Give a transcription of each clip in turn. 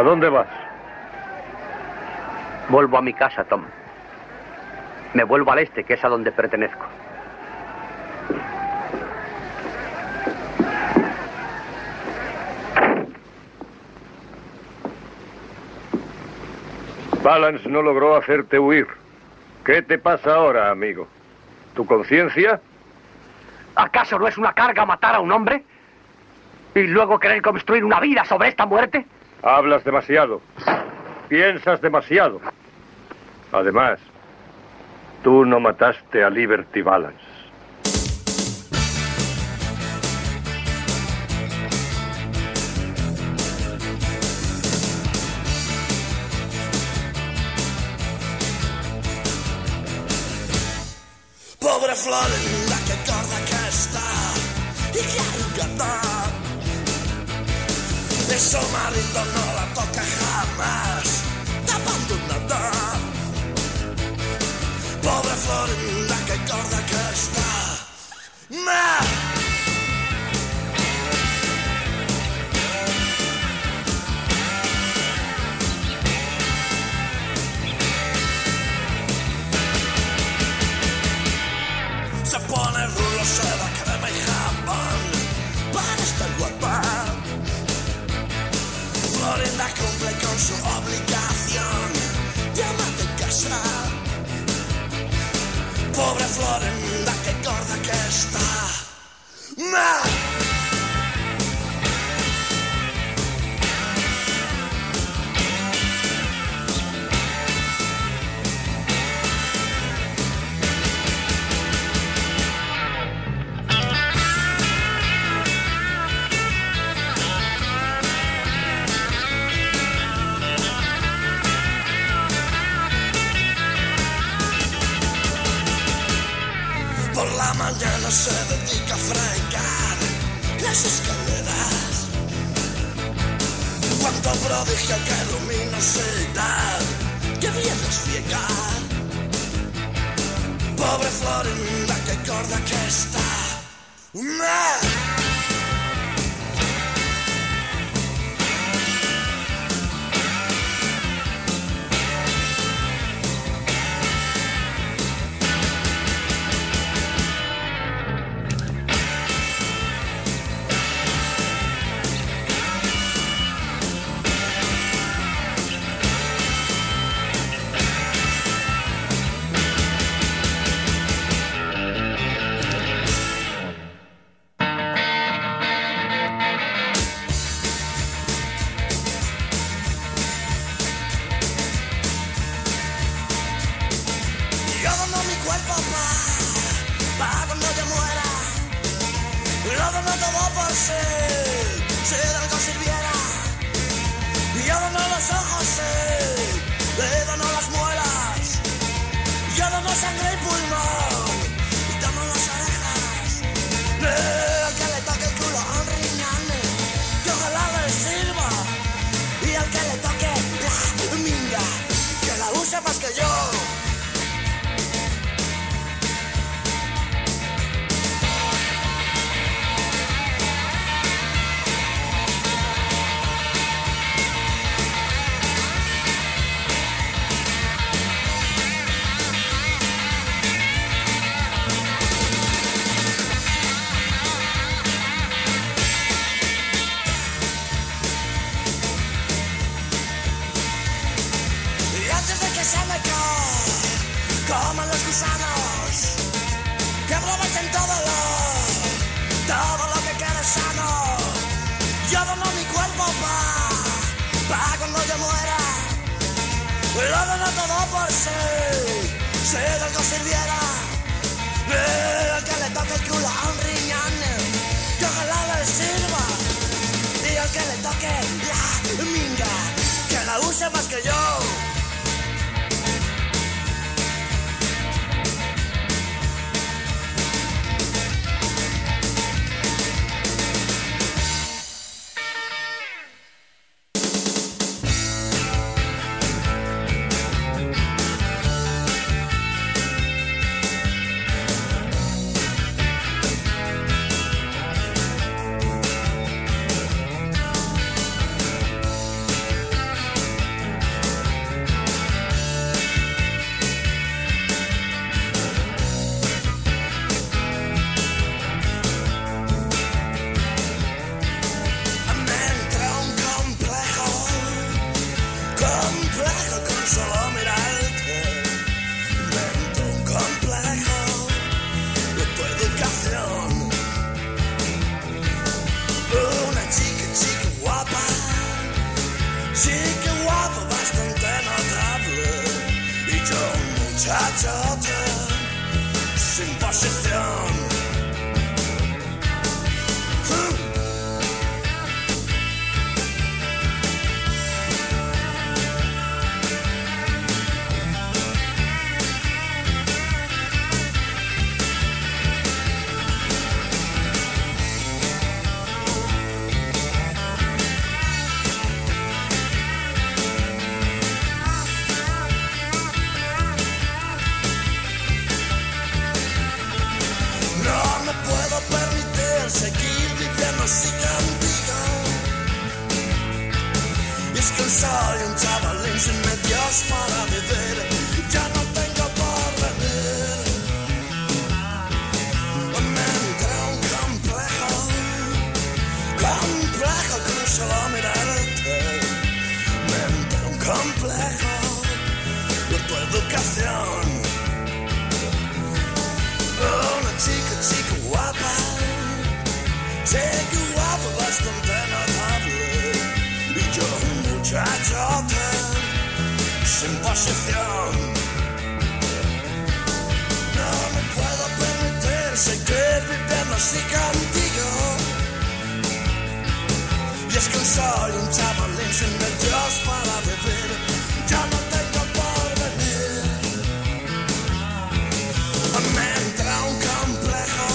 ¿A dónde vas? Vuelvo a mi casa, Tom. Me vuelvo al este, que es a donde pertenezco. Balance no logró hacerte huir. ¿Qué te pasa ahora, amigo? ¿Tu conciencia? ¿Acaso no es una carga matar a un hombre? ¿Y luego querer construir una vida sobre esta muerte? Hablas demasiado. Piensas demasiado. Además, tú no mataste a Liberty Balance. Pobre Florinda, que gorda que està i que arrugada. De su marido no la toca jamás, está abandonada. Pobre Florinda, que gorda que està. Se pone rulo, seda, crema y jabón para estar guapa. Florinda cumple con su obligación de ama de casa. Pobre Florinda, que gorda que está. Por la mañana se dedica a fregar las escaleras. Cuánto prodigio, qué luminosidad, qué bien las ciega. Pobre Florinda, qué gorda que está. Yo dono mi cuerpo pa' cuando yo muera. Lo dono todo por si de algo sirviera. Yo dono los ojos, le dono las muelas. Yo dono sangre y pulmón, y dono las orejas. Al que le toque el culo a un riñón, que ojalá le sirva. Y al que le toque la minga, que la use más que yo. Y antes de que se me coman los gusanos, que aprovechen todo lo que quede sano. Yo dono mi cuerpo pa' cuando yo muera. Lo dono todo por si de algo sirviera. Al que le toque el culo a un riñón, que ojalá le sirva. Y al que le toque la minga, que la use más que yo. solo mirarte me entró un complejo de tu educación. Una chica guapa, bastante notable, y yo un muchachote sin posición. Seguir viviendo así contigo. Y es que soy un chavalín sin medios para vivir. Ya no tengo porvenir. Me entra un complejo con solo mirarte. Me entra un complejo de tu educación. Una chica guapa, bastante notable, y yo un muchachote sin posición. No me puedo permitir seguir viviendo así contigo. Y es que soy un chavalín sin medios para vivir. Ya no tengo porvenir. Me entra un complejo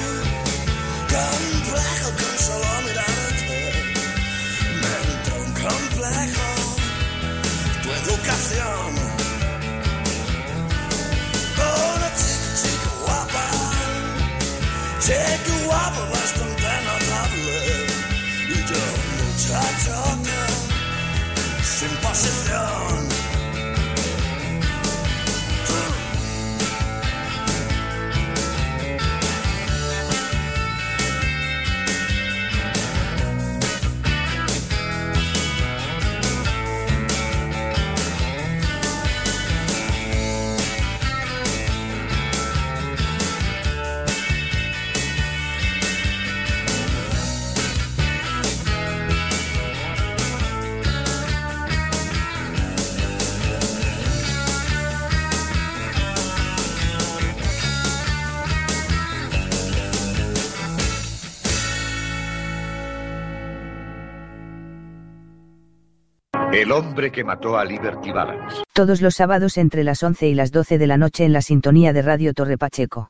con solo mirarte. Me entra un complejo tu educación. Una chica guapa, bastante notable, y yo un muchachote sin posición. El hombre que mató a Liberty Balance. Todos los sábados entre las 11 y las 12 de la noche en la sintonía de Radio Torre Pacheco.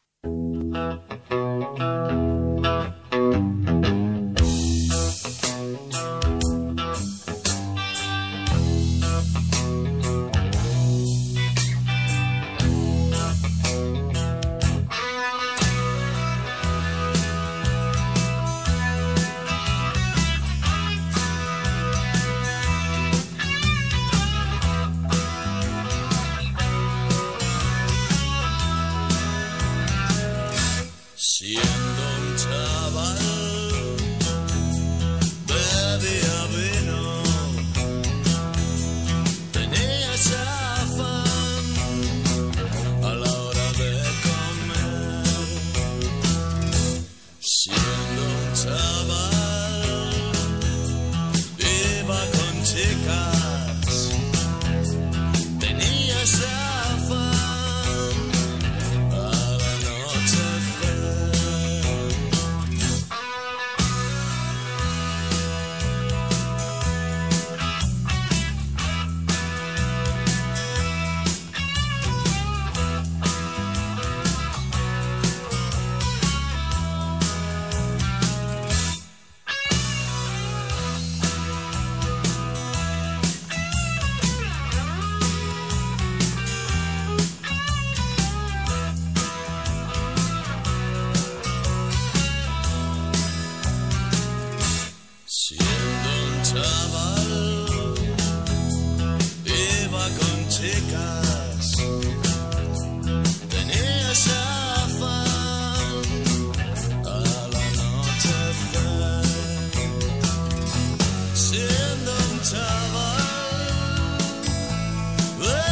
Siendo un chaval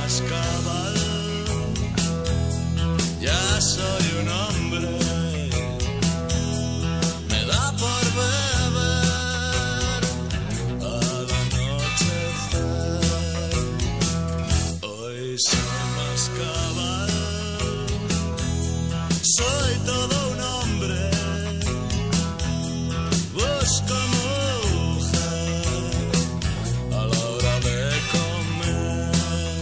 más cabal. Ya soy un hombre, me da por beber al anochecer. Hoy soy más cabal, soy todo un hombre. Busco mujer a la hora de comer.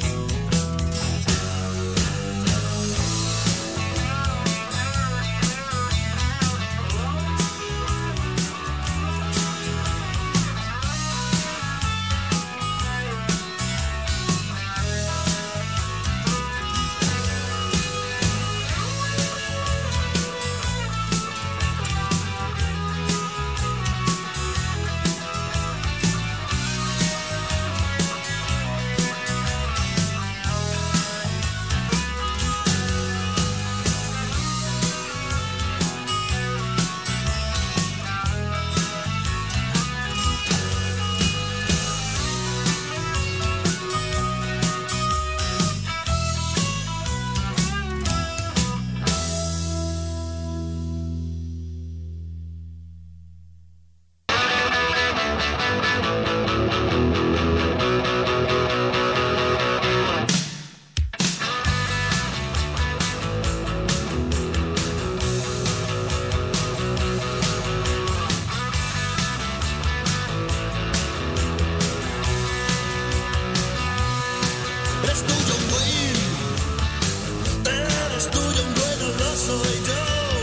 Eres tú John Wayne, eres tú John Wayne, lo soy yo.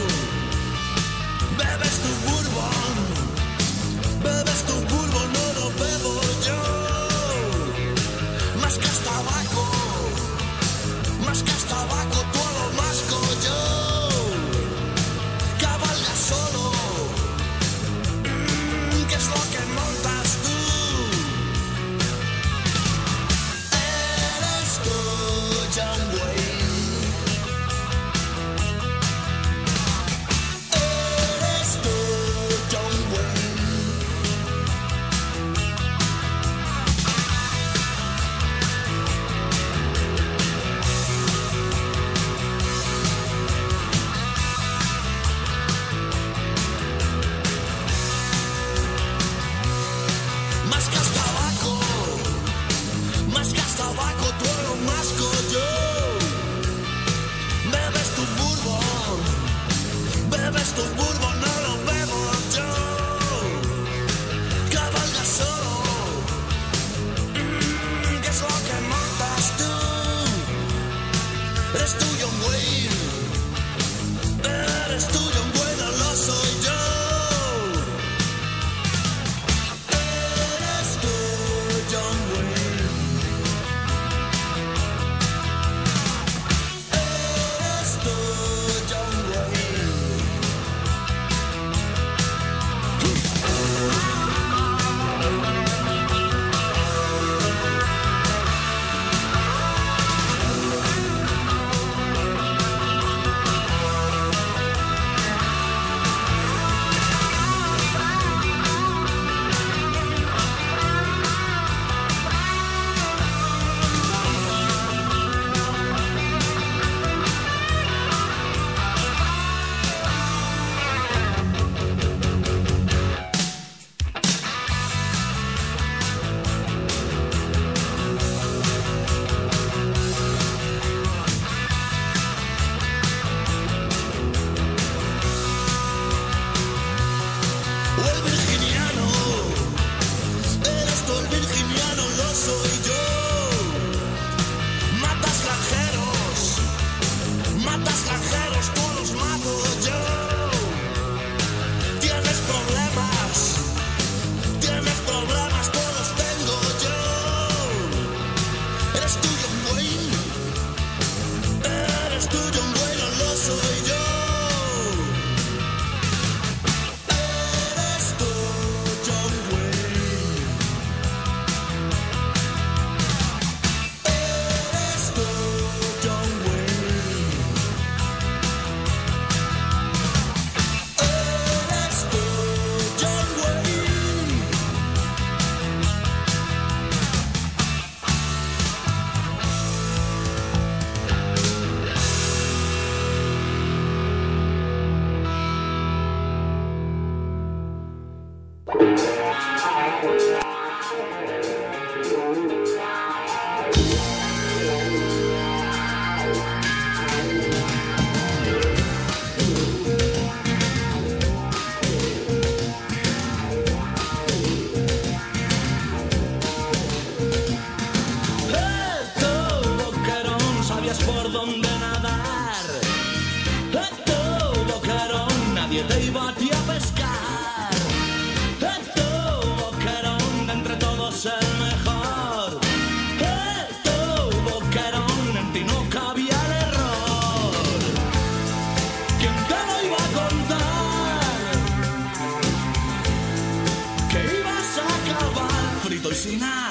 Bebes tu bourbon, no lo bebo yo. Mascas tabaco, tú a lo masco yo. Cabalgas solo, ¿qué es lo que montas tú? Eres tú John Wayne, eres tú John Wayne. Mascas tabaco, tú lo masco yo. sabías por dónde nadar. Tu boquerón, nadie te iba a ti a pescar. Tu boquerón, de entre todos el mejor. Tu boquerón, en ti no cabía el error. ¿Quién te lo iba a contar? Que ibas a acabar frito y sin nada.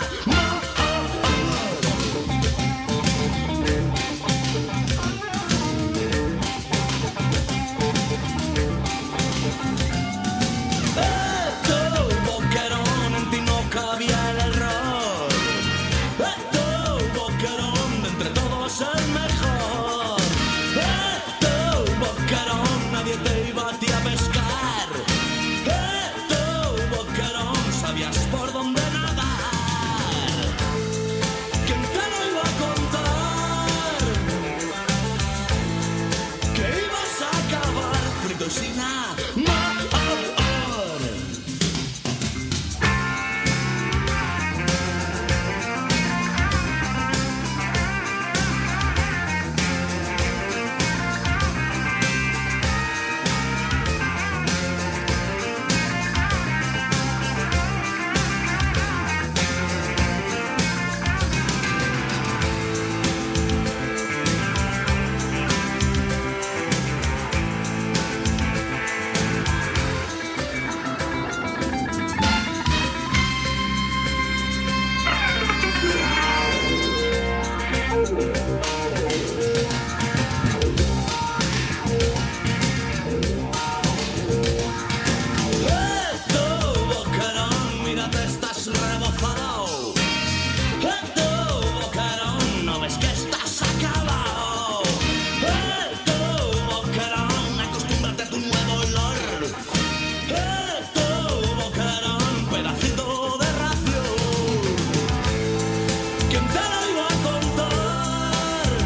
¿Quién te lo iba a contar?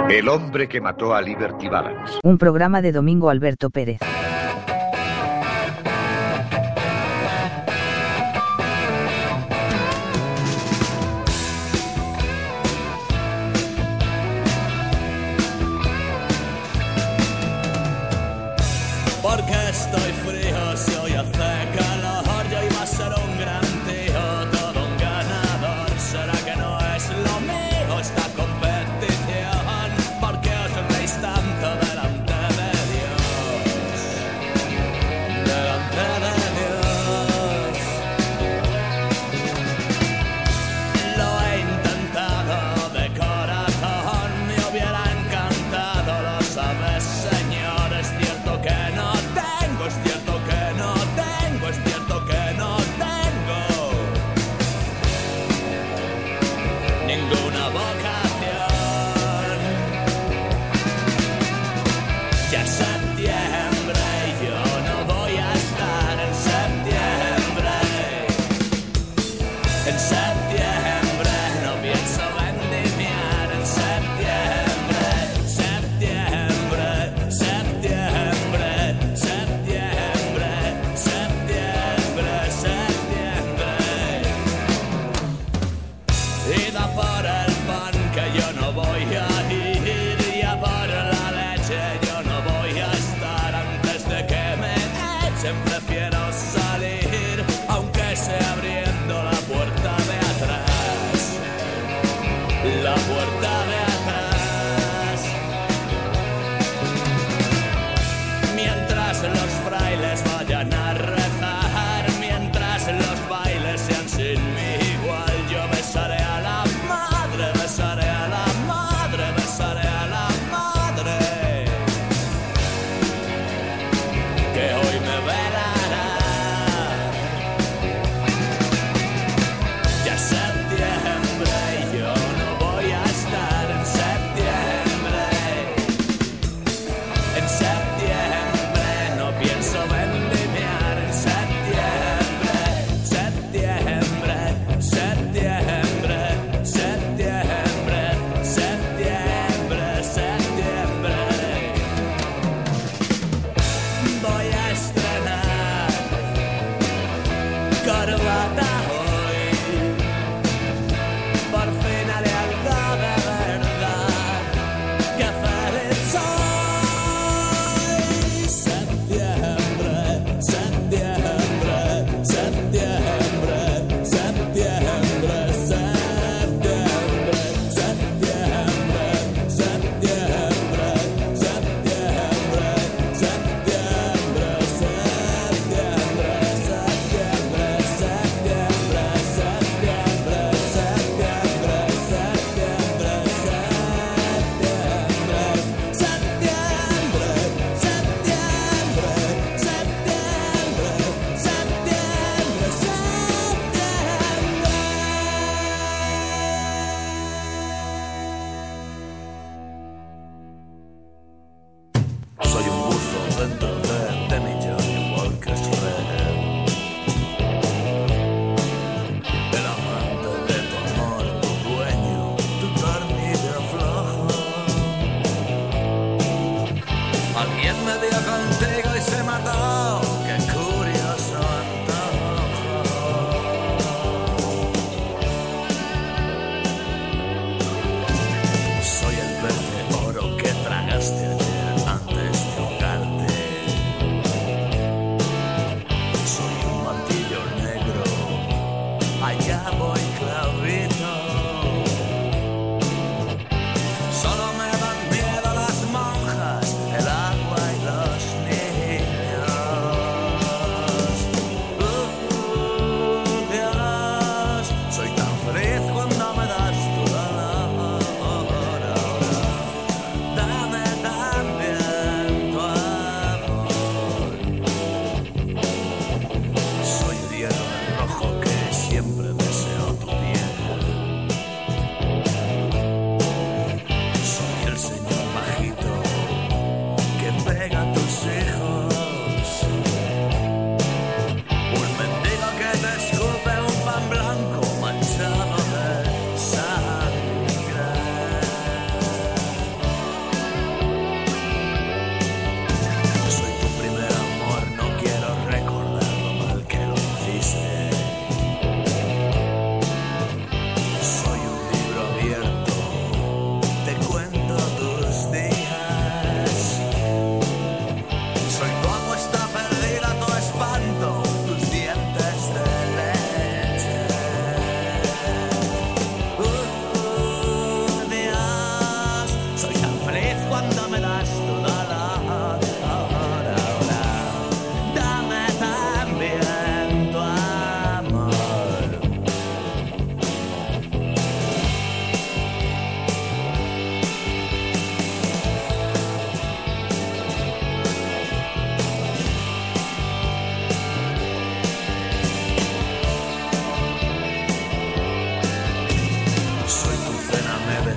El hombre que mató a Liberty Balance. Un programa de Domingo Alberto Pérez. Porque estoy frío, si hoy hace calor, yo iba a ser un gran tío, todo un ganador. ¿Será que no es lo mío esta competición? ¿Por qué os reís tanto delante de Dios?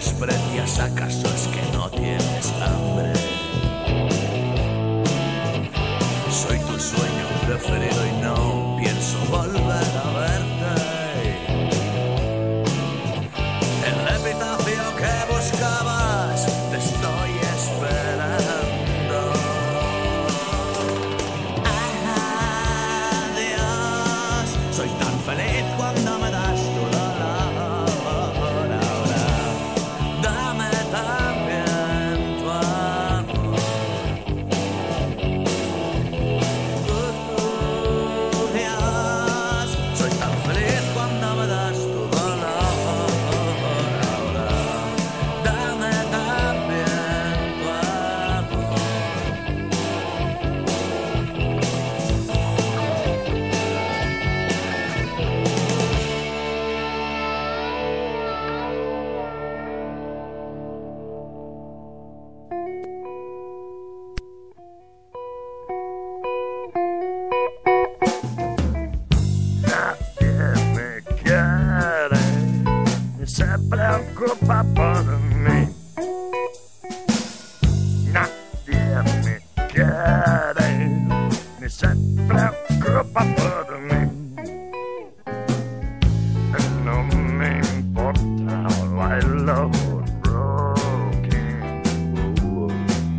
desprecias, ¿acaso es que no tienes hambre? Soy tu sueño preferido y no pienso volver a verte. El epitafio que buscabas, te estoy esperando. Adiós, soy tan feliz cuando me das tu dolor. Ahora, dame también tu amor. Dios, soy tan feliz cuando me das tu dolor. Ahora, dame también tu amor. Nadie me quiere, ni se preocupa por mí. Nadie me quiere, ni se preocupa por mí. No me importa, bailo rock and roll.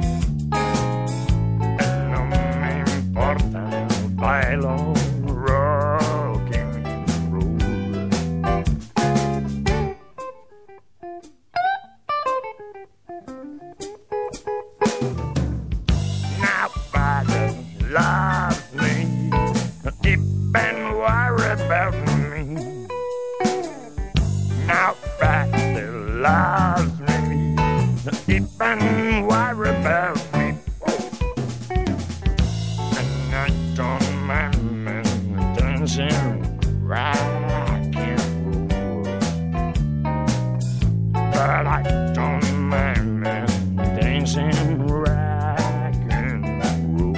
No me importa, bailo rock and roll. Nobody loves me, even worry about me. Nobody loves me, even worry about me. And I don't mind me dancing rock and roll. But I don't mind me dancing rock and roll.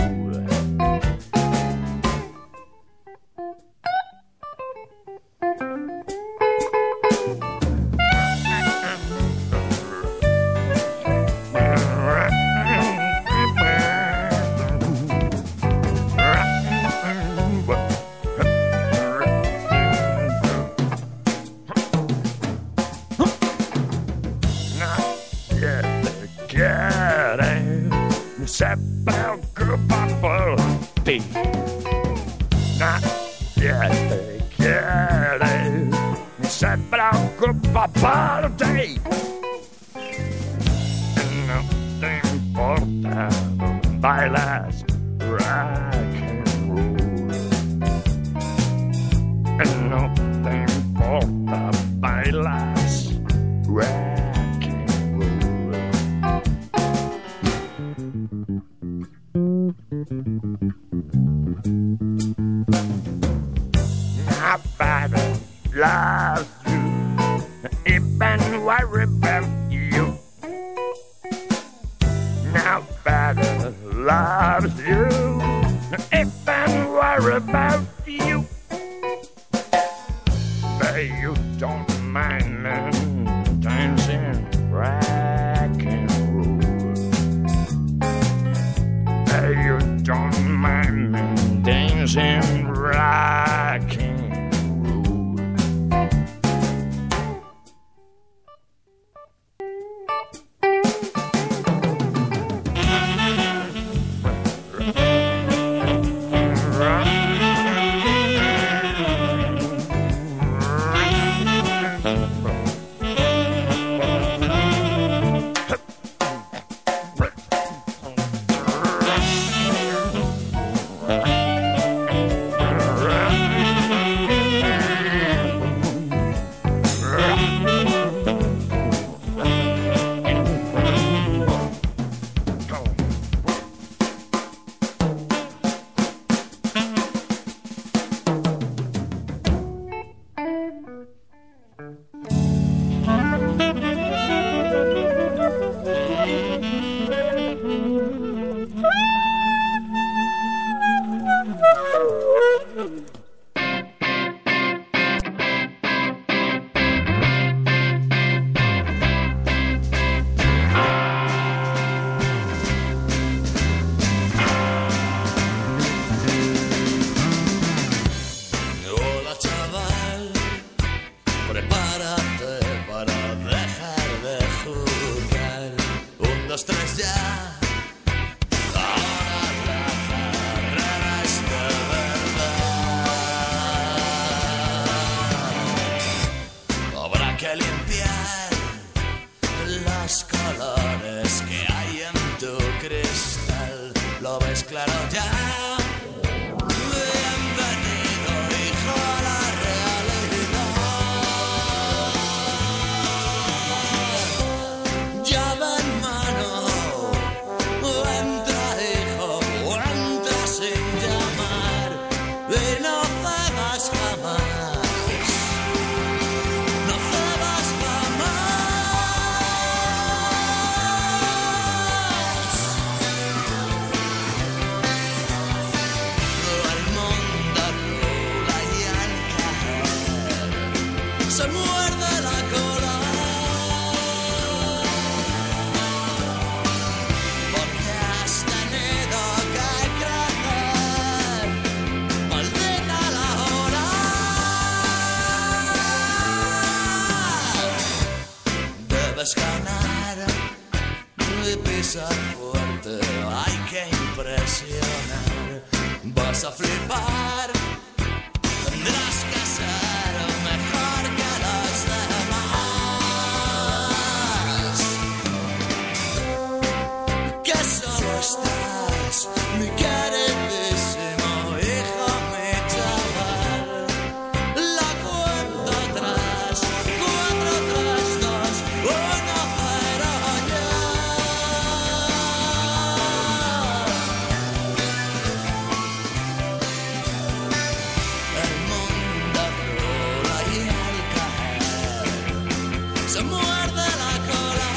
Se preocupa por ti. Nadie te quiere, ni se preocupa por ti. No te importa, bailas rock and roll. No te importa, bailas rock and roll. Nobody loves you, even worry about you. Nobody loves you, even worry about you. But you don't mind me dancing rock and roll. But you don't mind me dancing rock and roll. que limpiar los colores que hay en tu cristal. ¿Lo ves claro ya? Bienvenido, hijo, a la realidad. Llave en mano, entra, hijo, entra sin llamar y no cebas jamás. No cebas jamás. El mundo rula y al caer se muerde la cola. Porque has tenido que crecer. Maldita la hora. Debes ganar y pisar fuerte. Hay que impresionar. Vas a flipar. Tendrás que ser mejor que los demás. Que solo estás, mi queridísimo hijo, mi chaval. La cuenta atrás, 4, 3, 2, 1, 0 ya. El mundo rula y al caer se muerde la cola.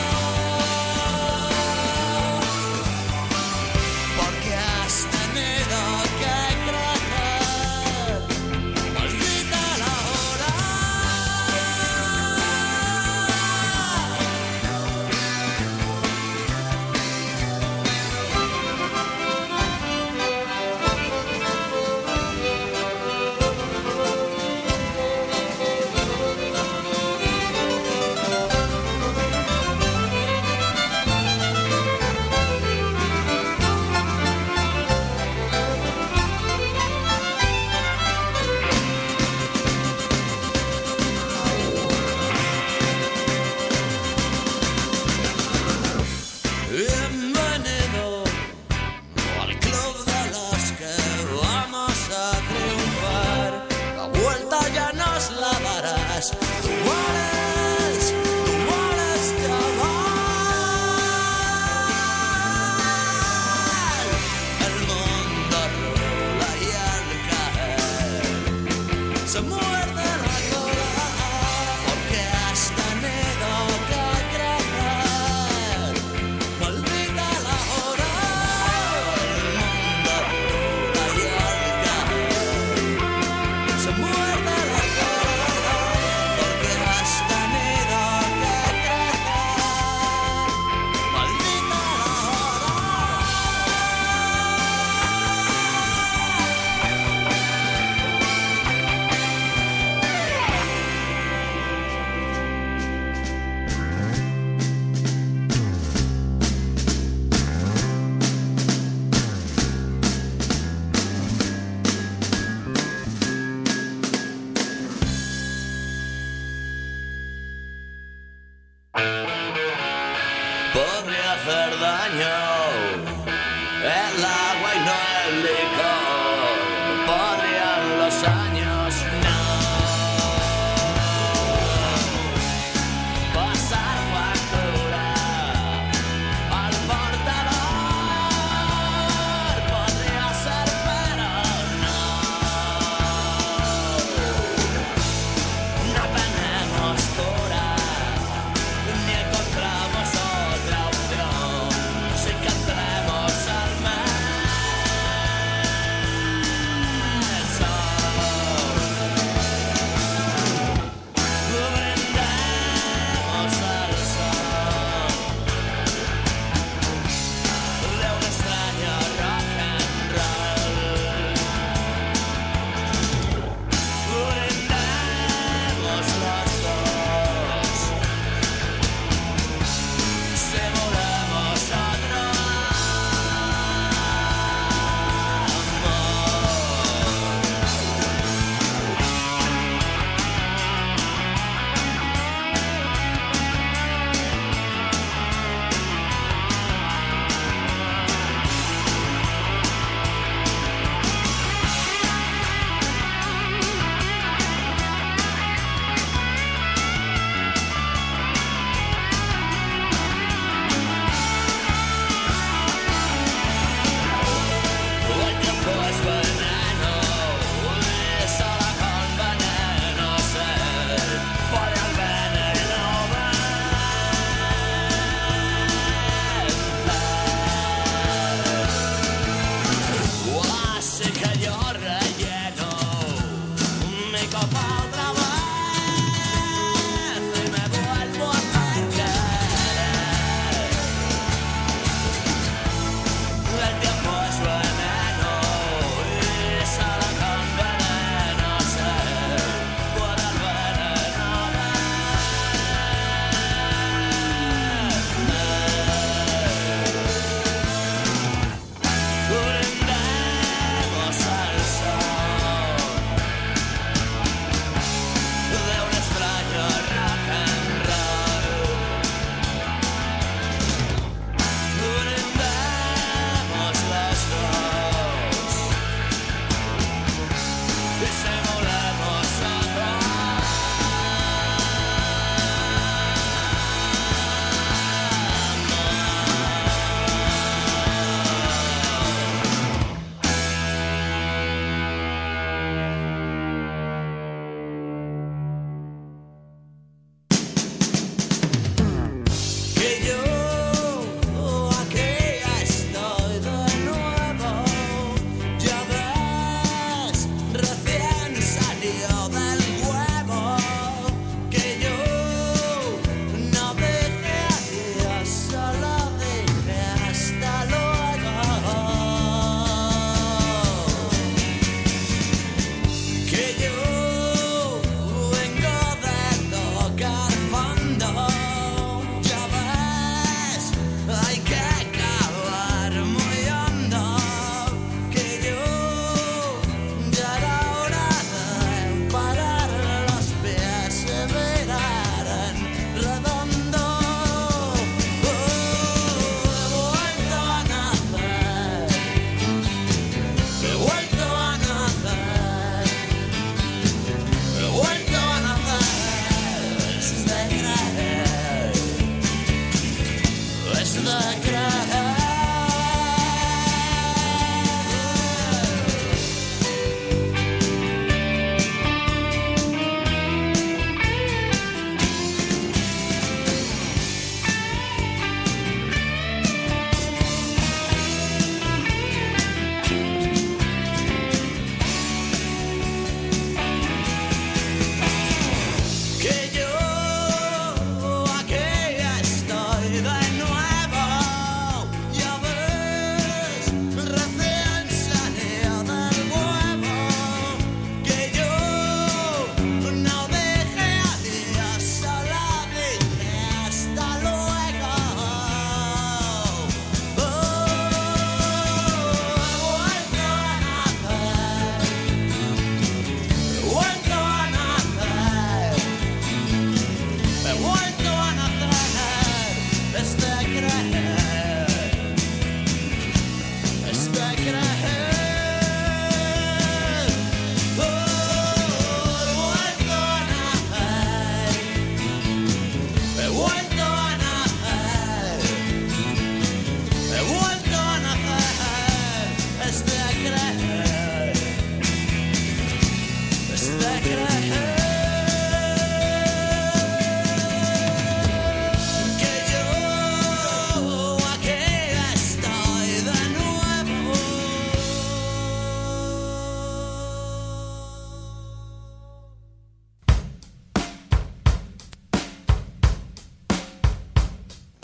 Porque has tenido que crecer. Maldita la hora. Bienvenido al club de los que vamos a triunfar. La vuelta ya nos la darás. Tú eres chaval. El mundo rula y al caer se muerde la cola. Porque has tenido que crecer. Maldita la hora. El mundo rula y al caer se muerde la cola. Porque has tenido que crecer. Maldita la hora. Podría hacer daño el agua y no el licor. Podrían los años no pasar factura al portador. Podría ser, pero no. No tenemos cura ni encontramos otra opción. Sin que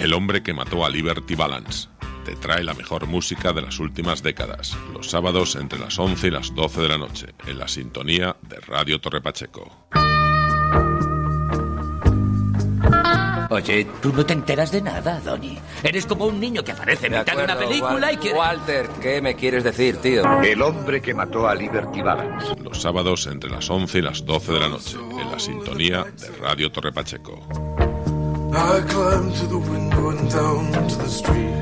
El hombre que mató a Liberty Balance. Te trae la mejor música de las últimas décadas, los sábados entre las 11 y las 12 de la noche, en la sintonía de Radio Torre Pacheco. Oye, tú no te enteras de nada, Donnie. Eres como un niño que aparece en mitad de una película y quiere... Walter, ¿qué me quieres decir, tío? El hombre que mató a Liberty Balance. Los sábados entre las 11 y las 12 de la noche, en la sintonía de Radio Torre Pacheco. I climbed to the window and down to the street.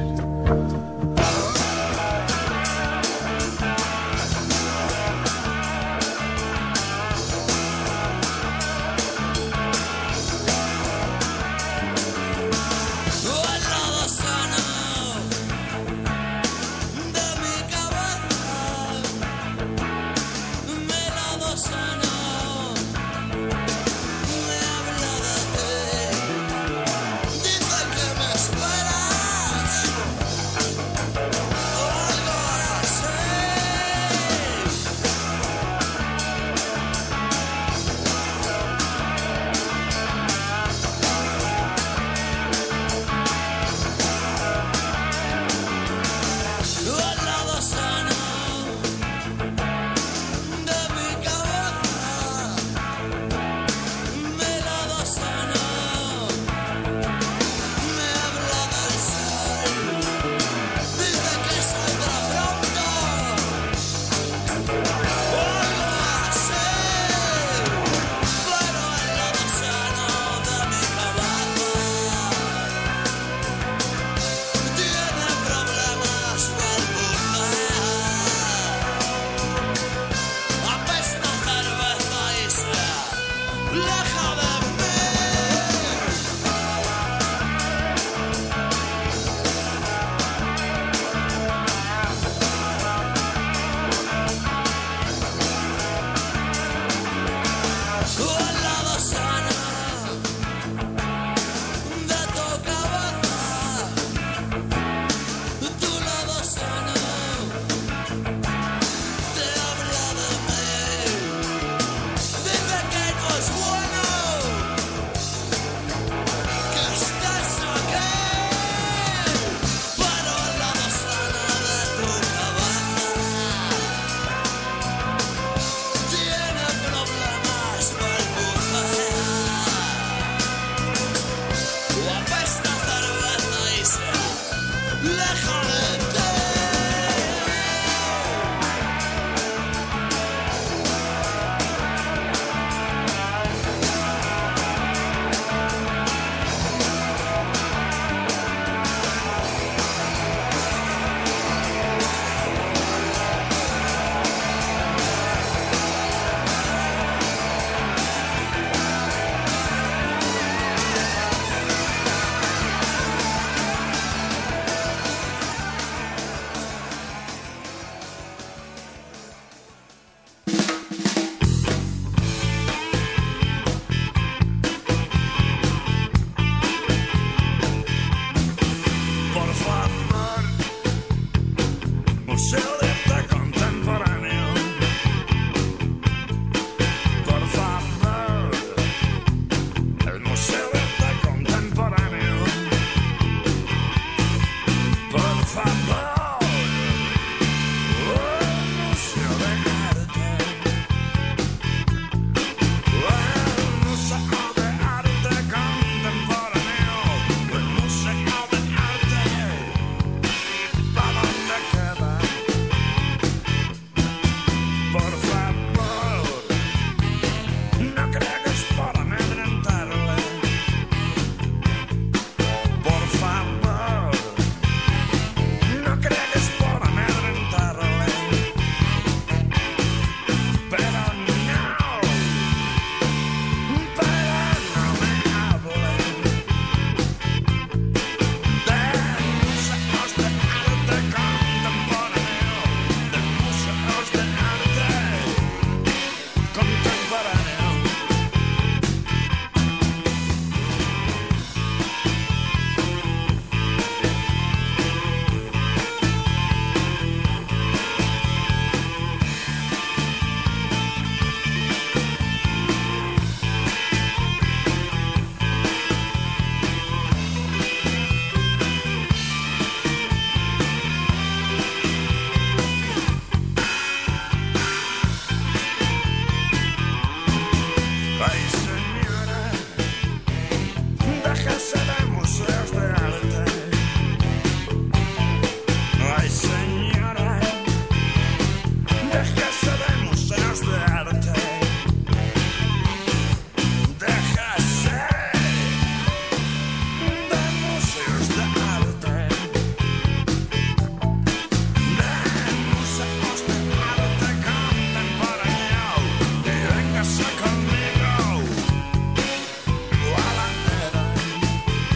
Déjese de museos de arte. Ay, señora, déjese de museos de arte. Déjese de museos de arte. De museos de arte contemporáneo. Y véngase conmigo. Guadalajara.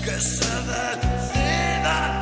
que se decida.